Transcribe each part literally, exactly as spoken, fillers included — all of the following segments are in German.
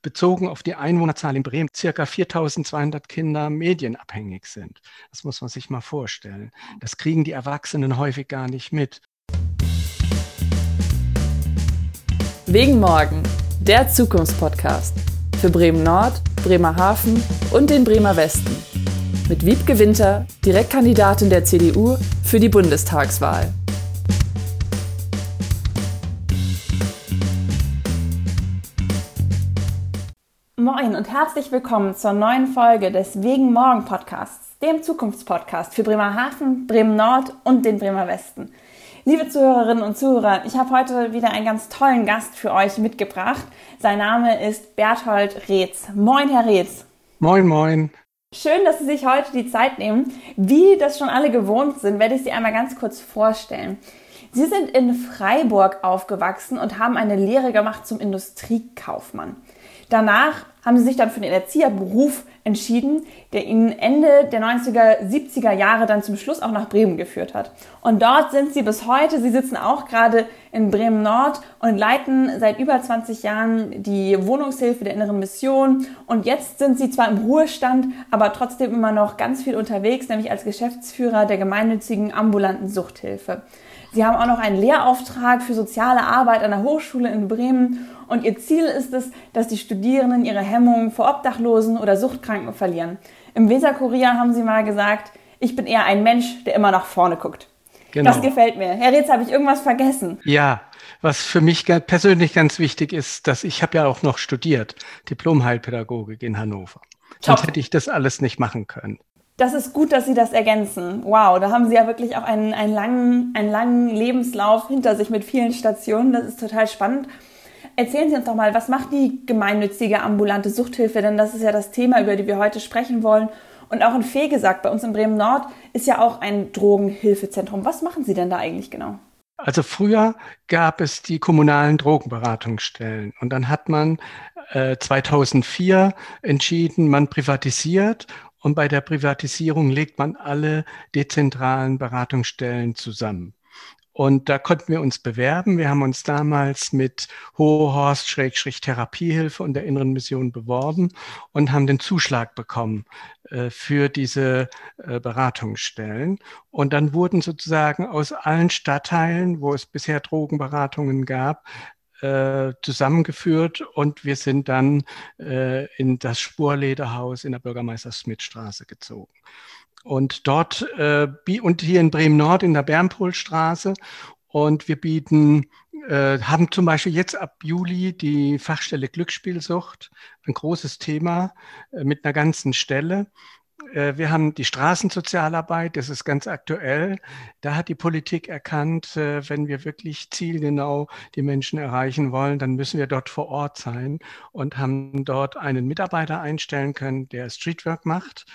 bezogen auf die Einwohnerzahl in Bremen circa viertausendzweihundert Kinder medienabhängig sind. Das muss man sich mal vorstellen. Das kriegen die Erwachsenen häufig gar nicht mit. Wegen Morgen, der Zukunftspodcast für Bremen-Nord, Bremerhaven und den Bremer Westen. Mit Wiebke Winter, Direktkandidatin der C D U für die Bundestagswahl. Moin und herzlich willkommen zur neuen Folge des Wegen Morgen Podcasts, dem Zukunftspodcast für Bremerhaven, Bremen-Nord und den Bremer Westen. Liebe Zuhörerinnen und Zuhörer, ich habe heute wieder einen ganz tollen Gast für euch mitgebracht. Sein Name ist Berthold Reetz. Moin, Herr Reetz. Moin, moin. Schön, dass Sie sich heute die Zeit nehmen. Wie das schon alle gewohnt sind, werde ich Sie einmal ganz kurz vorstellen. Sie sind in Freiburg aufgewachsen und haben eine Lehre gemacht zum Industriekaufmann. Danach haben Sie sich dann für den Erzieherberuf entschieden, der Ihnen Ende der neunziger, siebziger Jahre dann zum Schluss auch nach Bremen geführt hat. Und dort sind Sie bis heute. Sie sitzen auch gerade in Bremen-Nord und leiten seit über zwanzig Jahren die Wohnungshilfe der Inneren Mission. Und jetzt sind Sie zwar im Ruhestand, aber trotzdem immer noch ganz viel unterwegs, nämlich als Geschäftsführer der gemeinnützigen ambulanten Suchthilfe. Sie haben auch noch einen Lehrauftrag für soziale Arbeit an der Hochschule in Bremen und Ihr Ziel ist es, dass die Studierenden ihre Hemmungen vor Obdachlosen oder Suchtkranken verlieren. Im Weser-Kurier haben Sie mal gesagt, ich bin eher ein Mensch, der immer nach vorne guckt. Genau. Das gefällt mir. Herr Reetz, habe ich irgendwas vergessen? Ja, was für mich persönlich ganz wichtig ist, dass ich habe ja auch noch studiert, Diplom-Heilpädagogik in Hannover. Top. Sonst hätte ich das alles nicht machen können. Das ist gut, dass Sie das ergänzen. Wow, da haben Sie ja wirklich auch einen, einen, langen, einen langen Lebenslauf hinter sich mit vielen Stationen. Das ist total spannend. Erzählen Sie uns doch mal, was macht die gemeinnützige ambulante Suchthilfe? Denn das ist ja das Thema, über das wir heute sprechen wollen. Und auch in Fegesack, bei uns in Bremen-Nord, ist ja auch ein Drogenhilfezentrum. Was machen Sie denn da eigentlich genau? Also früher gab es die kommunalen Drogenberatungsstellen und dann hat man äh, zweitausendvier entschieden, man privatisiert. Und bei der Privatisierung legt man alle dezentralen Beratungsstellen zusammen. Und da konnten wir uns bewerben. Wir haben uns damals mit Hohehorst-Therapiehilfe und der Inneren Mission beworben und haben den Zuschlag bekommen äh, für diese äh, Beratungsstellen. Und dann wurden sozusagen aus allen Stadtteilen, wo es bisher Drogenberatungen gab, zusammengeführt und wir sind dann äh, in das Spurlederhaus in der Bürgermeister-Schmidt-Straße gezogen. Und dort, äh, und hier in Bremen-Nord in der Bernpohlstraße. Und wir bieten, äh, haben zum Beispiel jetzt ab Juli die Fachstelle Glücksspielsucht, ein großes Thema äh, mit einer ganzen Stelle. Wir haben die Straßensozialarbeit, das ist ganz aktuell. Da hat die Politik erkannt, wenn wir wirklich zielgenau die Menschen erreichen wollen, dann müssen wir dort vor Ort sein und haben dort einen Mitarbeiter einstellen können, der Streetwork macht.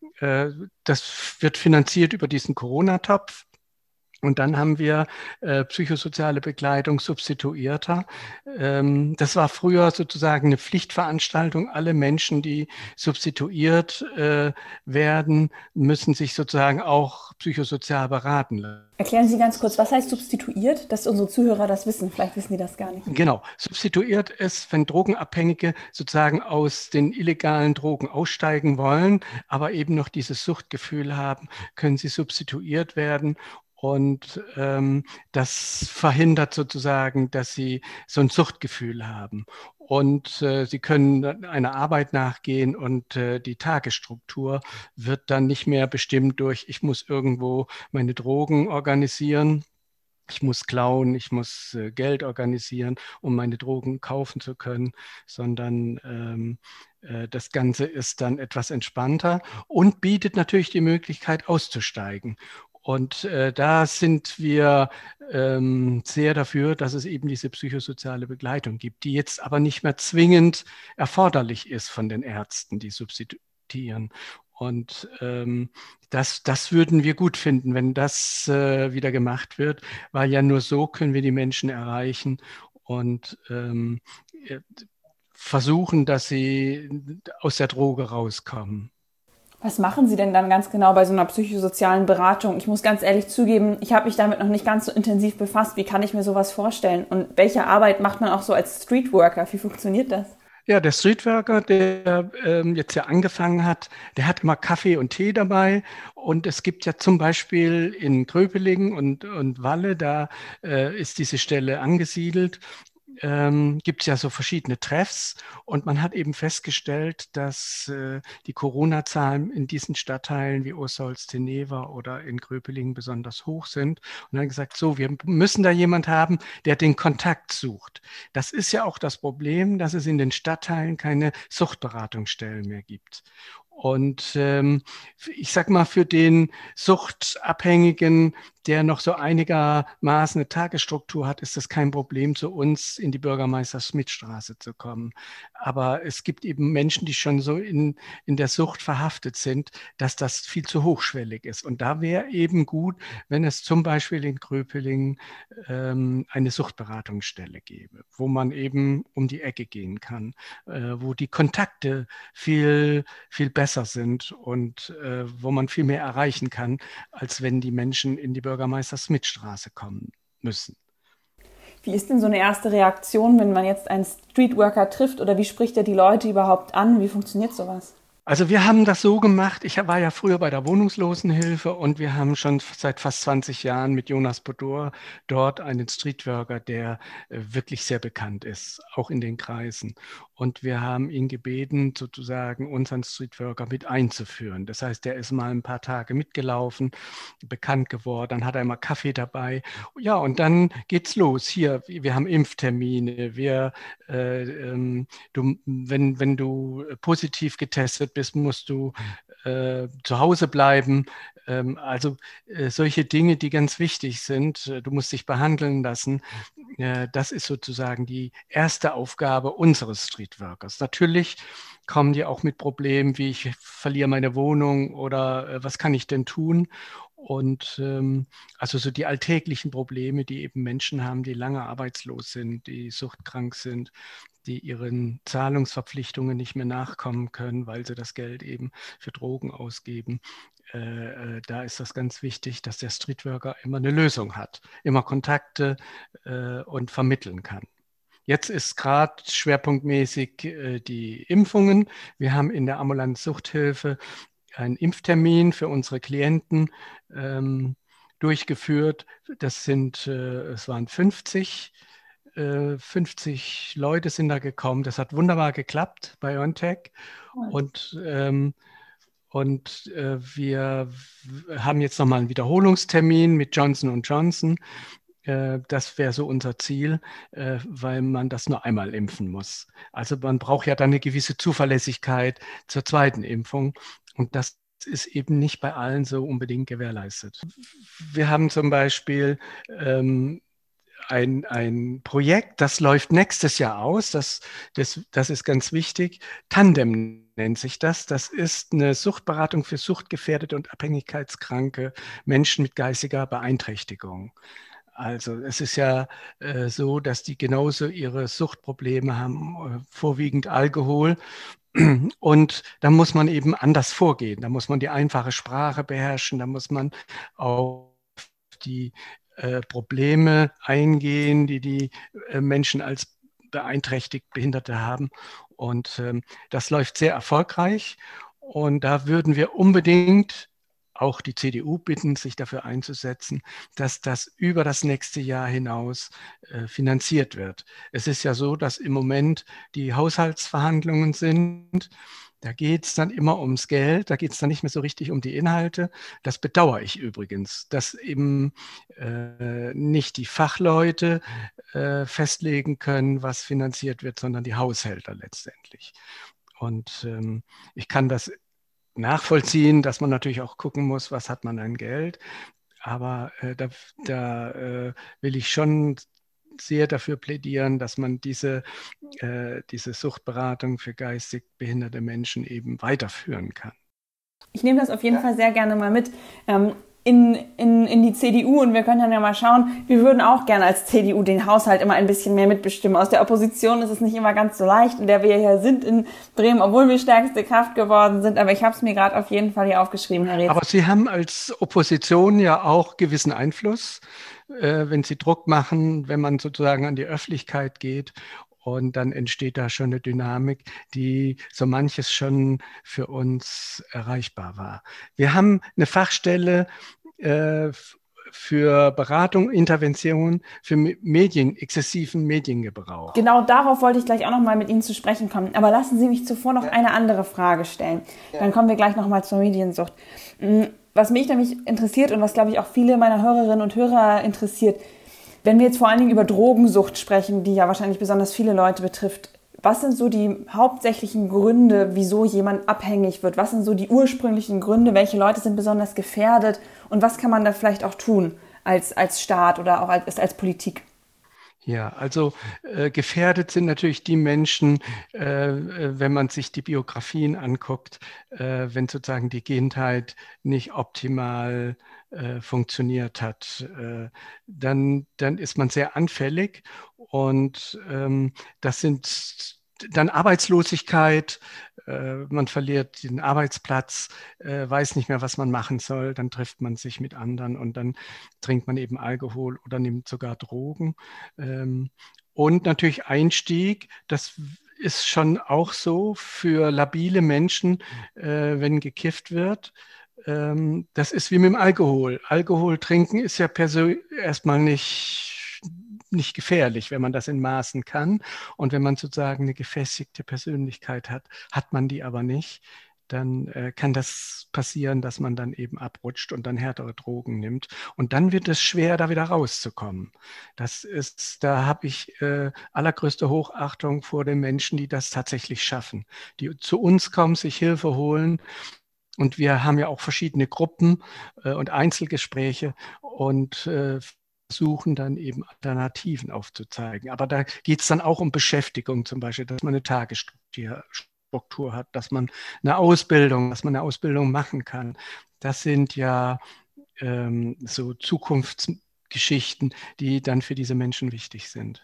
Das wird finanziert über diesen Corona-Topf. Und dann haben wir äh, psychosoziale Begleitung substituierter. Ähm, das war früher sozusagen eine Pflichtveranstaltung. Alle Menschen, die substituiert äh, werden, müssen sich sozusagen auch psychosozial beraten lassen. Erklären Sie ganz kurz, was heißt substituiert, dass unsere Zuhörer das wissen? Vielleicht wissen die das gar nicht. Genau. Substituiert ist, wenn Drogenabhängige sozusagen aus den illegalen Drogen aussteigen wollen, aber eben noch dieses Suchtgefühl haben, können sie substituiert werden. Und ähm, das verhindert sozusagen, dass sie so ein Suchtgefühl haben. Und äh, sie können einer Arbeit nachgehen und äh, die Tagesstruktur wird dann nicht mehr bestimmt durch, ich muss irgendwo meine Drogen organisieren. Ich muss klauen, ich muss äh, Geld organisieren, um meine Drogen kaufen zu können, sondern ähm, äh, das Ganze ist dann etwas entspannter und bietet natürlich die Möglichkeit auszusteigen. Und äh, da sind wir ähm, sehr dafür, dass es eben diese psychosoziale Begleitung gibt, die jetzt aber nicht mehr zwingend erforderlich ist von den Ärzten, die substituieren. Und ähm, das, das würden wir gut finden, wenn das äh, wieder gemacht wird, weil ja nur so können wir die Menschen erreichen und ähm, versuchen, dass sie aus der Droge rauskommen. Was machen Sie denn dann ganz genau bei so einer psychosozialen Beratung? Ich muss ganz ehrlich zugeben, ich habe mich damit noch nicht ganz so intensiv befasst. Wie kann ich mir sowas vorstellen? Und welche Arbeit macht man auch so als Streetworker? Wie funktioniert das? Ja, der Streetworker, der ähm, jetzt ja angefangen hat, der hat immer Kaffee und Tee dabei. Und es gibt ja zum Beispiel in Gröpelingen und, und Walle, da äh, ist diese Stelle angesiedelt, ähm, gibt es ja so verschiedene Treffs. Und man hat eben festgestellt, dass äh, die Corona-Zahlen in diesen Stadtteilen wie Osterholz-Teneva oder in Gröpelingen besonders hoch sind. Und dann gesagt, so, wir müssen da jemand haben, der den Kontakt sucht. Das ist ja auch das Problem, dass es in den Stadtteilen keine Suchtberatungsstellen mehr gibt. Und ähm, ich sag mal, für den Suchtabhängigen, der noch so einigermaßen eine Tagesstruktur hat, ist das kein Problem, zu uns in die Bürgermeister-Schmidt-Straße zu kommen. Aber es gibt eben Menschen, die schon so in, in der Sucht verhaftet sind, dass das viel zu hochschwellig ist. Und da wäre eben gut, wenn es zum Beispiel in Gröpelingen ähm, eine Suchtberatungsstelle gäbe, wo man eben um die Ecke gehen kann, äh, wo die Kontakte viel, viel besser sind und äh, wo man viel mehr erreichen kann, als wenn die Menschen in die Bürgermeister-Schmidt-Straße kommen müssen. Wie ist denn so eine erste Reaktion, wenn man jetzt einen Streetworker trifft, oder wie spricht er die Leute überhaupt an? Wie funktioniert sowas? Also wir haben das so gemacht, ich war ja früher bei der Wohnungslosenhilfe und wir haben schon seit fast zwanzig Jahren mit Jonas Bodor dort einen Streetworker, der äh, wirklich sehr bekannt ist, auch in den Kreisen. Und wir haben ihn gebeten, sozusagen unseren Streetworker mit einzuführen. Das heißt, der ist mal ein paar Tage mitgelaufen, bekannt geworden, dann hat er immer Kaffee dabei. Ja, und dann geht's los. Hier, wir haben Impftermine, wir, äh, ähm, du, wenn, wenn du positiv getestet bist, musst du äh, zu Hause bleiben. Ähm, also äh, solche Dinge, die ganz wichtig sind. Du musst dich behandeln lassen. Äh, das ist sozusagen die erste Aufgabe unseres Streetworkers. Natürlich kommen die auch mit Problemen, wie ich verliere meine Wohnung oder äh, was kann ich denn tun? Und ähm, also so die alltäglichen Probleme, die eben Menschen haben, die lange arbeitslos sind, die suchtkrank sind, die ihren Zahlungsverpflichtungen nicht mehr nachkommen können, weil sie das Geld eben für Drogen ausgeben. Äh, äh, da ist das ganz wichtig, dass der Streetworker immer eine Lösung hat, immer Kontakte äh, und vermitteln kann. Jetzt ist gerade schwerpunktmäßig äh, die Impfungen. Wir haben in der ambulanten Suchthilfe einen Impftermin für unsere Klienten ähm, durchgeführt. Das sind, äh, es waren fünfzig fünfzig Leute sind da gekommen. Das hat wunderbar geklappt bei BioNTech. Und, ähm, und äh, wir haben jetzt nochmal einen Wiederholungstermin mit Johnson und Johnson. Äh, das wäre so unser Ziel, äh, weil man das nur einmal impfen muss. Also man braucht ja dann eine gewisse Zuverlässigkeit zur zweiten Impfung. Und das ist eben nicht bei allen so unbedingt gewährleistet. Wir haben zum Beispiel ähm, Ein, ein Projekt, das läuft nächstes Jahr aus, das, das, das ist ganz wichtig. Tandem nennt sich das. Das ist eine Suchtberatung für suchtgefährdete und abhängigkeitskranke Menschen mit geistiger Beeinträchtigung. Also es ist ja äh, so, dass die genauso ihre Suchtprobleme haben, äh, vorwiegend Alkohol. Und da muss man eben anders vorgehen. Da muss man die einfache Sprache beherrschen, da muss man auf die Äh, Probleme eingehen, die die äh, Menschen als beeinträchtigt Behinderte haben. Und ähm, das läuft sehr erfolgreich. Und da würden wir unbedingt auch die C D U bitten, sich dafür einzusetzen, dass das über das nächste Jahr hinaus äh, finanziert wird. Es ist ja so, dass im Moment die Haushaltsverhandlungen sind. Da geht es dann immer ums Geld, da geht es dann nicht mehr so richtig um die Inhalte. Das bedauere ich übrigens, dass eben äh, nicht die Fachleute äh, festlegen können, was finanziert wird, sondern die Haushälter letztendlich. Und ähm, ich kann das nachvollziehen, dass man natürlich auch gucken muss, was hat man an Geld. Aber äh, da, da äh, will ich schon sehr dafür plädieren, dass man diese, äh, diese Suchtberatung für geistig behinderte Menschen eben weiterführen kann. Ich nehme das auf jeden ja. Fall sehr gerne mal mit ähm, in, in, in die C D U, und wir können dann ja mal schauen, wir würden auch gerne als C D U den Haushalt immer ein bisschen mehr mitbestimmen. Aus der Opposition ist es nicht immer ganz so leicht, in der wir hier sind in Bremen, obwohl wir stärkste Kraft geworden sind, aber ich habe es mir gerade auf jeden Fall hier aufgeschrieben, Herr Reetz. Aber Sie haben als Opposition ja auch gewissen Einfluss, wenn Sie Druck machen, wenn man sozusagen an die Öffentlichkeit geht. Und dann entsteht da schon eine Dynamik, die so manches schon für uns erreichbar war. Wir haben eine Fachstelle äh, für Beratung, Intervention, für Medien, exzessiven Mediengebrauch. Genau darauf wollte ich gleich auch noch mal mit Ihnen zu sprechen kommen. Aber lassen Sie mich zuvor noch ja. eine andere Frage stellen. Ja. Dann kommen wir gleich noch mal zur Mediensucht. Was mich nämlich interessiert und was, glaube ich, auch viele meiner Hörerinnen und Hörer interessiert, wenn wir jetzt vor allen Dingen über Drogensucht sprechen, die ja wahrscheinlich besonders viele Leute betrifft, was sind so die hauptsächlichen Gründe, wieso jemand abhängig wird? Was sind so die ursprünglichen Gründe? Welche Leute sind besonders gefährdet? Und was kann man da vielleicht auch tun als, als Staat oder auch als, als Politik? Ja, also äh, gefährdet sind natürlich die Menschen, äh, wenn man sich die Biografien anguckt, äh, wenn sozusagen die Kindheit nicht optimal äh, funktioniert hat, äh, dann, dann ist man sehr anfällig und ähm, das sind dann Arbeitslosigkeit, äh, man verliert den Arbeitsplatz, äh, weiß nicht mehr, was man machen soll, dann trifft man sich mit anderen und dann trinkt man eben Alkohol oder nimmt sogar Drogen. Ähm, und natürlich Einstieg, das ist schon auch so für labile Menschen, äh, wenn gekifft wird. Ähm, das ist wie mit dem Alkohol. Alkohol trinken ist ja per se erstmal nicht nicht gefährlich, wenn man das in Maßen kann. Und wenn man sozusagen eine gefestigte Persönlichkeit hat, hat man die aber nicht, dann äh, kann das passieren, dass man dann eben abrutscht und dann härtere Drogen nimmt. Und dann wird es schwer, da wieder rauszukommen. Das ist, da habe ich äh, allergrößte Hochachtung vor den Menschen, die das tatsächlich schaffen, die zu uns kommen, sich Hilfe holen. Und wir haben ja auch verschiedene Gruppen äh, und Einzelgespräche und äh, versuchen dann eben Alternativen aufzuzeigen. Aber da geht es dann auch um Beschäftigung zum Beispiel, dass man eine Tagesstruktur hat, dass man eine Ausbildung, dass man eine Ausbildung machen kann. Das sind ja ähm, so Zukunftsgeschichten, die dann für diese Menschen wichtig sind.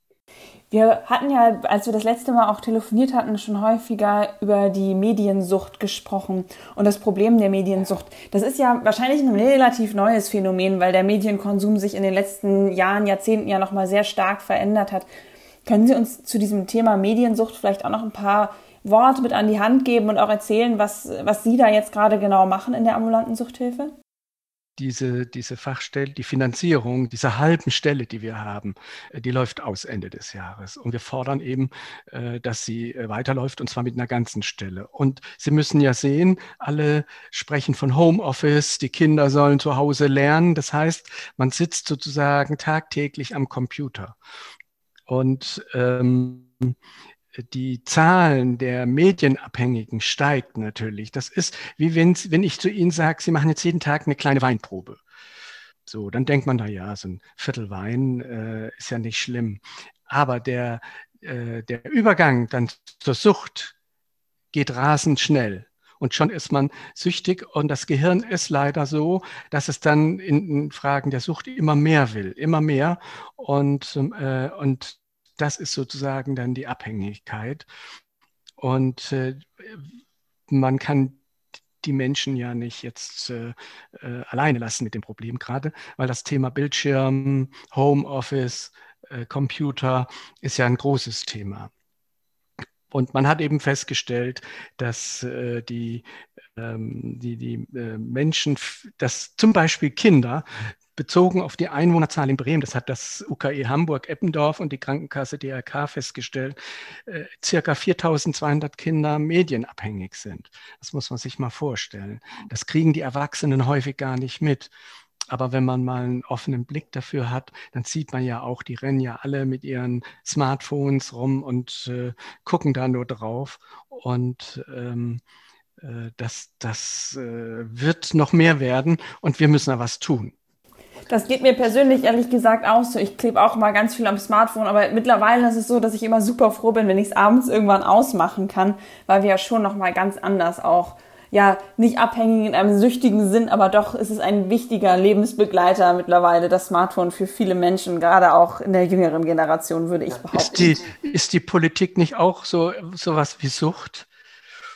Wir hatten ja, als wir das letzte Mal auch telefoniert hatten, schon häufiger über die Mediensucht gesprochen und das Problem der Mediensucht. Das ist ja wahrscheinlich ein relativ neues Phänomen, weil der Medienkonsum sich in den letzten Jahren, Jahrzehnten ja nochmal sehr stark verändert hat. Können Sie uns zu diesem Thema Mediensucht vielleicht auch noch ein paar Worte mit an die Hand geben und auch erzählen, was, was Sie da jetzt gerade genau machen in der ambulanten Suchthilfe? Diese, diese Fachstelle, die Finanzierung dieser halben Stelle, die wir haben, die läuft aus Ende des Jahres. Und wir fordern eben, dass sie weiterläuft und zwar mit einer ganzen Stelle. Und Sie müssen ja sehen, alle sprechen von Homeoffice, die Kinder sollen zu Hause lernen. Das heißt, man sitzt sozusagen tagtäglich am Computer. Und ähm, die Zahlen der Medienabhängigen steigt natürlich. Das ist wie wenn, wenn ich zu Ihnen sage, Sie machen jetzt jeden Tag eine kleine Weinprobe. So, dann denkt man, na ja, so ein Viertel Wein äh, ist ja nicht schlimm. Aber der, äh, der Übergang dann zur Sucht geht rasend schnell. Und schon ist man süchtig und das Gehirn ist leider so, dass es dann in Fragen der Sucht immer mehr will, immer mehr. Und, äh, und das ist sozusagen dann die Abhängigkeit. Und äh, man kann die Menschen ja nicht jetzt äh, äh, alleine lassen mit dem Problem gerade, weil das Thema Bildschirm, Homeoffice, äh, Computer ist ja ein großes Thema. Und man hat eben festgestellt, dass äh, die, ähm, die, die äh, Menschen, dass zum Beispiel Kinder, bezogen auf die Einwohnerzahl in Bremen, das hat das U K E Hamburg-Eppendorf und die Krankenkasse D R K festgestellt, äh, circa viertausendzweihundert Kinder medienabhängig sind. Das muss man sich mal vorstellen. Das kriegen die Erwachsenen häufig gar nicht mit. Aber wenn man mal einen offenen Blick dafür hat, dann sieht man ja auch, die rennen ja alle mit ihren Smartphones rum und äh, gucken da nur drauf. Und ähm, äh, das, das äh, wird noch mehr werden und wir müssen da was tun. Das geht mir persönlich ehrlich gesagt auch so. Ich klebe auch mal ganz viel am Smartphone, aber mittlerweile ist es so, dass ich immer super froh bin, wenn ich es abends irgendwann ausmachen kann, weil wir ja schon noch mal ganz anders auch, ja, nicht abhängig in einem süchtigen Sinn, aber doch ist es ein wichtiger Lebensbegleiter mittlerweile, das Smartphone für viele Menschen, gerade auch in der jüngeren Generation, würde ich behaupten. Ist die, ist die Politik nicht auch so sowas wie Sucht?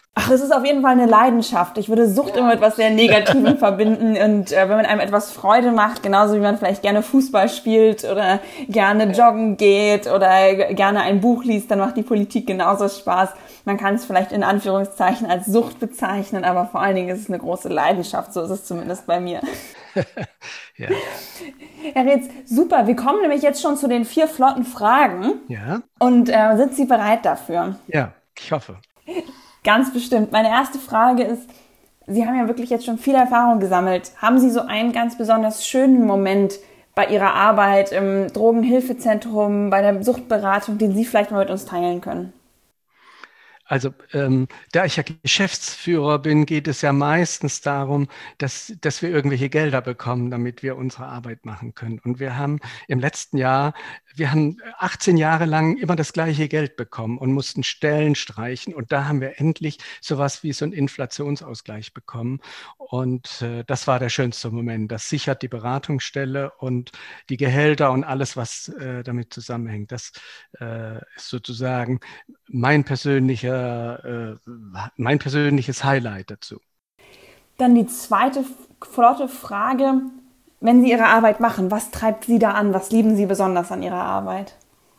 Ach, es ist auf jeden Fall eine Leidenschaft. Ich würde Sucht immer mit etwas sehr Negativem verbinden. Und äh, wenn man einem etwas Freude macht, genauso wie man vielleicht gerne Fußball spielt oder gerne joggen geht oder gerne ein Buch liest, dann macht die Politik genauso Spaß. Man kann es vielleicht in Anführungszeichen als Sucht bezeichnen, aber vor allen Dingen ist es eine große Leidenschaft. So ist es zumindest bei mir. Ja. Herr Reetz, super. Wir kommen nämlich jetzt schon zu den vier flotten Fragen. Ja. Und äh, sind Sie bereit dafür? Ja, ich hoffe. Ganz bestimmt. Meine erste Frage ist, Sie haben ja wirklich jetzt schon viel Erfahrung gesammelt. Haben Sie so einen ganz besonders schönen Moment bei Ihrer Arbeit im Drogenhilfezentrum, bei der Suchtberatung, den Sie vielleicht mal mit uns teilen können? Also ähm, da ich ja Geschäftsführer bin, geht es ja meistens darum, dass, dass wir irgendwelche Gelder bekommen, damit wir unsere Arbeit machen können. Und wir haben im letzten Jahr, wir haben achtzehn Jahre lang immer das gleiche Geld bekommen und mussten Stellen streichen. Und da haben wir endlich sowas wie so einen Inflationsausgleich bekommen. Und äh, das war der schönste Moment. Das sichert die Beratungsstelle und die Gehälter und alles, was äh, damit zusammenhängt. Das äh, ist sozusagen mein persönlicher mein persönliches Highlight dazu. Dann die zweite flotte Frage. Wenn Sie Ihre Arbeit machen, was treibt Sie da an? Was lieben Sie besonders an Ihrer Arbeit?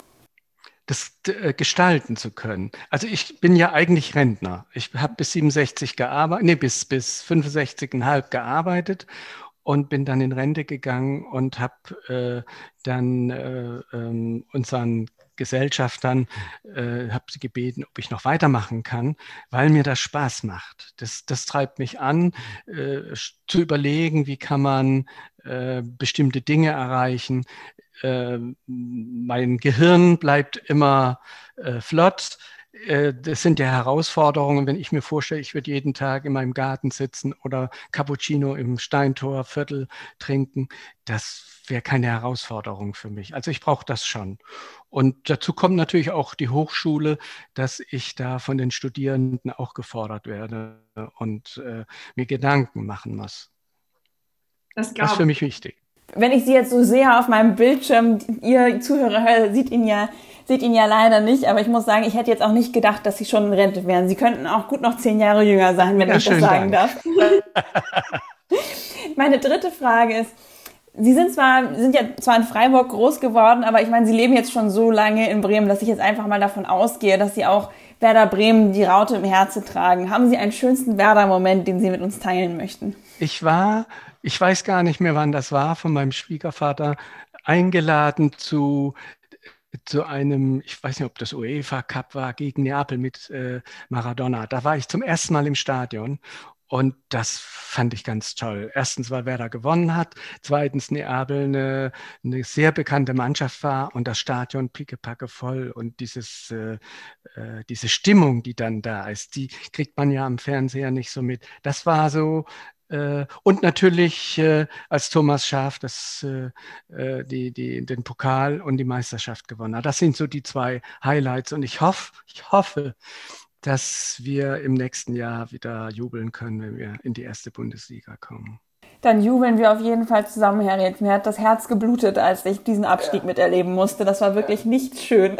Das äh, gestalten zu können. Also ich bin ja eigentlich Rentner. Ich habe bis siebenundsechzig gearbeitet, nee, bis, bis fünfundsechzig Komma fünf gearbeitet und bin dann in Rente gegangen und habe äh, dann äh, äh, unseren Gesellschaftern, äh, habe sie gebeten, ob ich noch weitermachen kann, weil mir das Spaß macht. Das, das treibt mich an, äh, zu überlegen, wie kann man äh, bestimmte Dinge erreichen. Äh, mein Gehirn bleibt immer äh, flott. Äh, das sind ja Herausforderungen, wenn ich mir vorstelle, ich würde jeden Tag in meinem Garten sitzen oder Cappuccino im Steintorviertel trinken. Das wäre keine Herausforderung für mich. Also ich brauche das schon. Und dazu kommt natürlich auch die Hochschule, dass ich da von den Studierenden auch gefordert werde und äh, mir Gedanken machen muss. Das, das ist für mich wichtig. Wenn ich Sie jetzt so sehe auf meinem Bildschirm, Ihr Zuhörer sieht ihn ja, sieht ihn ja leider nicht, aber ich muss sagen, ich hätte jetzt auch nicht gedacht, dass Sie schon in Rente wären. Sie könnten auch gut noch zehn Jahre jünger sein, wenn ja, ich das sagen Dank. darf. Meine dritte Frage ist, Sie sind zwar, sind ja zwar in Freiburg groß geworden, aber ich meine, Sie leben jetzt schon so lange in Bremen, dass ich jetzt einfach mal davon ausgehe, dass Sie auch Werder Bremen die Raute im Herzen tragen. Haben Sie einen schönsten Werder-Moment, den Sie mit uns teilen möchten? Ich war, ich weiß gar nicht mehr, wann das war, von meinem Schwiegervater eingeladen zu, zu einem, ich weiß nicht, ob das UEFA Cup war, gegen Neapel mit äh, Maradona. Da war ich zum ersten Mal im Stadion. Und das fand ich ganz toll. Erstens, weil Werder gewonnen hat. Zweitens, Neapel eine, eine sehr bekannte Mannschaft war und das Stadion pickepacke voll. Und dieses, äh, äh, diese Stimmung, die dann da ist, die kriegt man ja am Fernseher nicht so mit. Das war so. Äh, und natürlich, äh, als Thomas Schaaf das, äh, die, die, den Pokal und die Meisterschaft gewonnen hat. Das sind so die zwei Highlights. Und ich hoffe, ich hoffe, dass wir im nächsten Jahr wieder jubeln können, wenn wir in die erste Bundesliga kommen. Dann jubeln wir auf jeden Fall zusammen, Herr Reetz. Mir hat das Herz geblutet, als ich diesen Abstieg ja. miterleben musste. Das war wirklich nicht schön.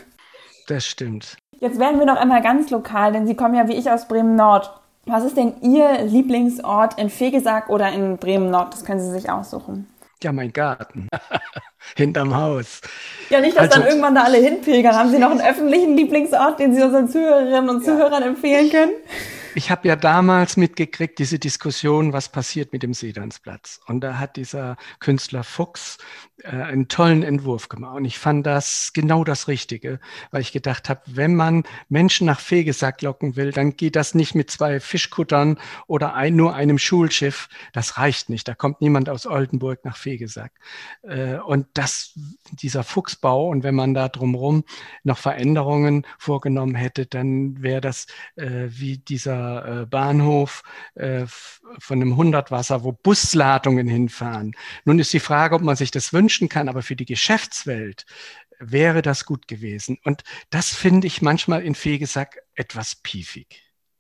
Das stimmt. Jetzt werden wir noch einmal ganz lokal, denn Sie kommen ja wie ich aus Bremen-Nord. Was ist denn Ihr Lieblingsort in Vegesack oder in Bremen-Nord? Das können Sie sich aussuchen. Ja, mein Garten. Hinterm Haus. Ja, nicht, dass also, dann irgendwann da alle hinpilgern. Haben Sie noch einen öffentlichen Lieblingsort, den Sie unseren Zuhörerinnen und Zuhörern ja. empfehlen können? Ich habe ja damals mitgekriegt, diese Diskussion, was passiert mit dem Sedernsplatz. Und da hat dieser Künstler Fuchs äh, einen tollen Entwurf gemacht. Und ich fand das genau das Richtige, weil ich gedacht habe, wenn man Menschen nach Vegesack locken will, dann geht das nicht mit zwei Fischkuttern oder ein, nur einem Schulschiff. Das reicht nicht. Da kommt niemand aus Oldenburg nach Vegesack. Äh, und das, dieser Fuchsbau, und wenn man da drumherum noch Veränderungen vorgenommen hätte, dann wäre das äh, wie dieser Bahnhof äh, von einem Hundertwasser, wo Busladungen hinfahren. Nun ist die Frage, ob man sich das wünschen kann, aber für die Geschäftswelt wäre das gut gewesen. Und das finde ich manchmal in Vegesack etwas piefig.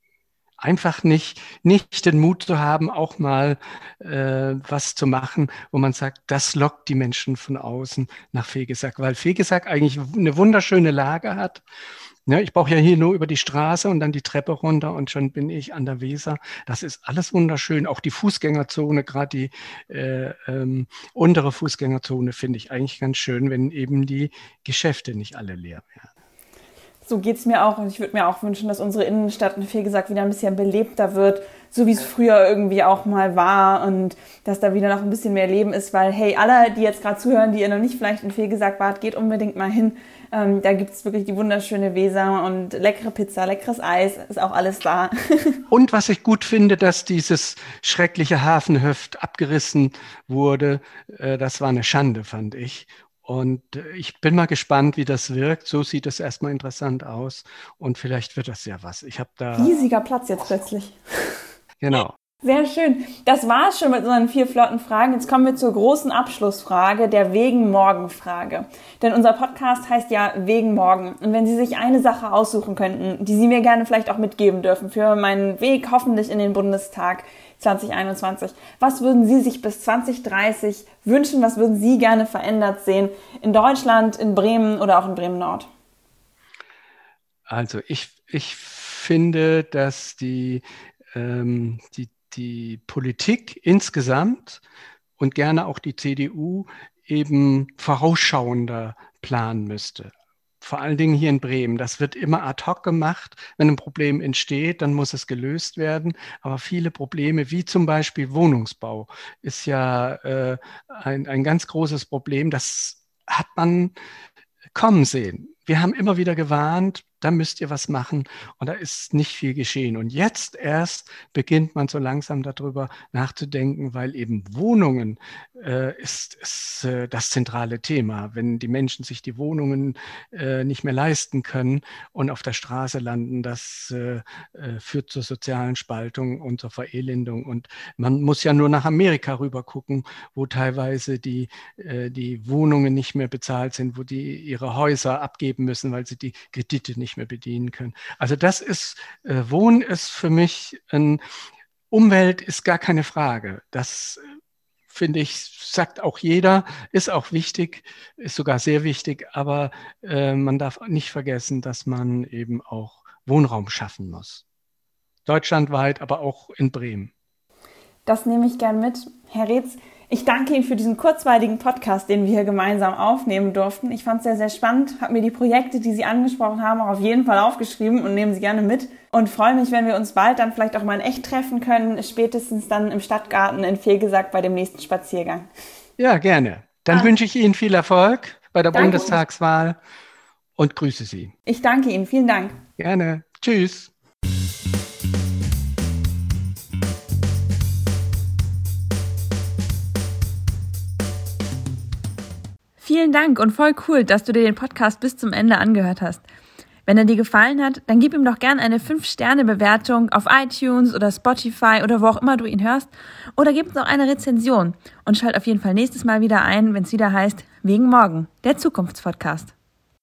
Einfach nicht, nicht den Mut zu haben, auch mal äh, was zu machen, wo man sagt, das lockt die Menschen von außen nach Vegesack, weil Vegesack eigentlich eine wunderschöne Lage hat. Ja, ich brauche ja hier nur über die Straße und dann die Treppe runter und schon bin ich an der Weser. Das ist alles wunderschön. Auch die Fußgängerzone, gerade die äh, ähm, untere Fußgängerzone finde ich eigentlich ganz schön, wenn eben die Geschäfte nicht alle leer wären. So geht's mir auch und ich würde mir auch wünschen, dass unsere Innenstadt, viel gesagt, wieder ein bisschen belebter wird, so wie es früher irgendwie auch mal war und dass da wieder noch ein bisschen mehr Leben ist, weil hey, alle, die jetzt gerade zuhören, die ihr noch nicht vielleicht in viel gesagt wart, geht unbedingt mal hin. Ähm, da gibt's wirklich die wunderschöne Weser und leckere Pizza, leckeres Eis, ist auch alles da. Und was ich gut finde, dass dieses schreckliche Hafenhöft abgerissen wurde, äh, das war eine Schande, fand ich. Und ich bin mal gespannt, wie das wirkt. So sieht es erstmal interessant aus. Und vielleicht wird das ja was. Ich habe da... Riesiger Platz jetzt plötzlich. Genau. Sehr schön. Das war es schon mit unseren vier flotten Fragen. Jetzt kommen wir zur großen Abschlussfrage, der Wegen-Morgen-Frage. Denn unser Podcast heißt ja Wegen Morgen. Und wenn Sie sich eine Sache aussuchen könnten, die Sie mir gerne vielleicht auch mitgeben dürfen für meinen Weg hoffentlich in den Bundestag zwanzig einundzwanzig, was würden Sie sich bis zwanzig dreißig wünschen? Was würden Sie gerne verändert sehen in Deutschland, in Bremen oder auch in Bremen-Nord? Also ich, ich finde, dass die, ähm, die die Politik insgesamt und gerne auch die C D U eben vorausschauender planen müsste. Vor allen Dingen hier in Bremen. Das wird immer ad hoc gemacht. Wenn ein Problem entsteht, dann muss es gelöst werden. Aber viele Probleme, wie zum Beispiel Wohnungsbau, ist ja äh, ein, ein ganz großes Problem. Das hat man kommen sehen. Wir haben immer wieder gewarnt, da müsst ihr was machen und da ist nicht viel geschehen. Und jetzt erst beginnt man so langsam darüber nachzudenken, weil eben Wohnungen äh, ist, ist äh, das zentrale Thema. Wenn die Menschen sich die Wohnungen äh, nicht mehr leisten können und auf der Straße landen, das äh, äh, führt zur sozialen Spaltung und zur Verelendung. Und man muss ja nur nach Amerika rüber gucken, wo teilweise die, äh, die Wohnungen nicht mehr bezahlt sind, wo die ihre Häuser abgeben müssen, weil sie die Kredite nicht mehr bedienen können. Also das ist, äh, Wohnen ist für mich, ein, Umwelt ist gar keine Frage. Das finde ich, sagt auch jeder, ist auch wichtig, ist sogar sehr wichtig, aber äh, man darf nicht vergessen, dass man eben auch Wohnraum schaffen muss. Deutschlandweit, aber auch in Bremen. Das nehme ich gern mit. Herr Reetz, ich danke Ihnen für diesen kurzweiligen Podcast, den wir hier gemeinsam aufnehmen durften. Ich fand es sehr, sehr spannend, habe mir die Projekte, die Sie angesprochen haben, auch auf jeden Fall aufgeschrieben und nehme sie gerne mit und freue mich, wenn wir uns bald dann vielleicht auch mal in echt treffen können, spätestens dann im Stadtgarten in Fehlgesagt bei dem nächsten Spaziergang. Ja, gerne. Dann ah. wünsche ich Ihnen viel Erfolg bei der danke Bundestagswahl und grüße Sie. Ich danke Ihnen. Vielen Dank. Gerne. Tschüss. Vielen Dank und voll cool, dass du dir den Podcast bis zum Ende angehört hast. Wenn er dir gefallen hat, dann gib ihm doch gerne eine fünf Sterne Bewertung auf iTunes oder Spotify oder wo auch immer du ihn hörst oder gib uns auch eine Rezension und schalt auf jeden Fall nächstes Mal wieder ein, wenn es wieder heißt Wegen Morgen, der Zukunftspodcast.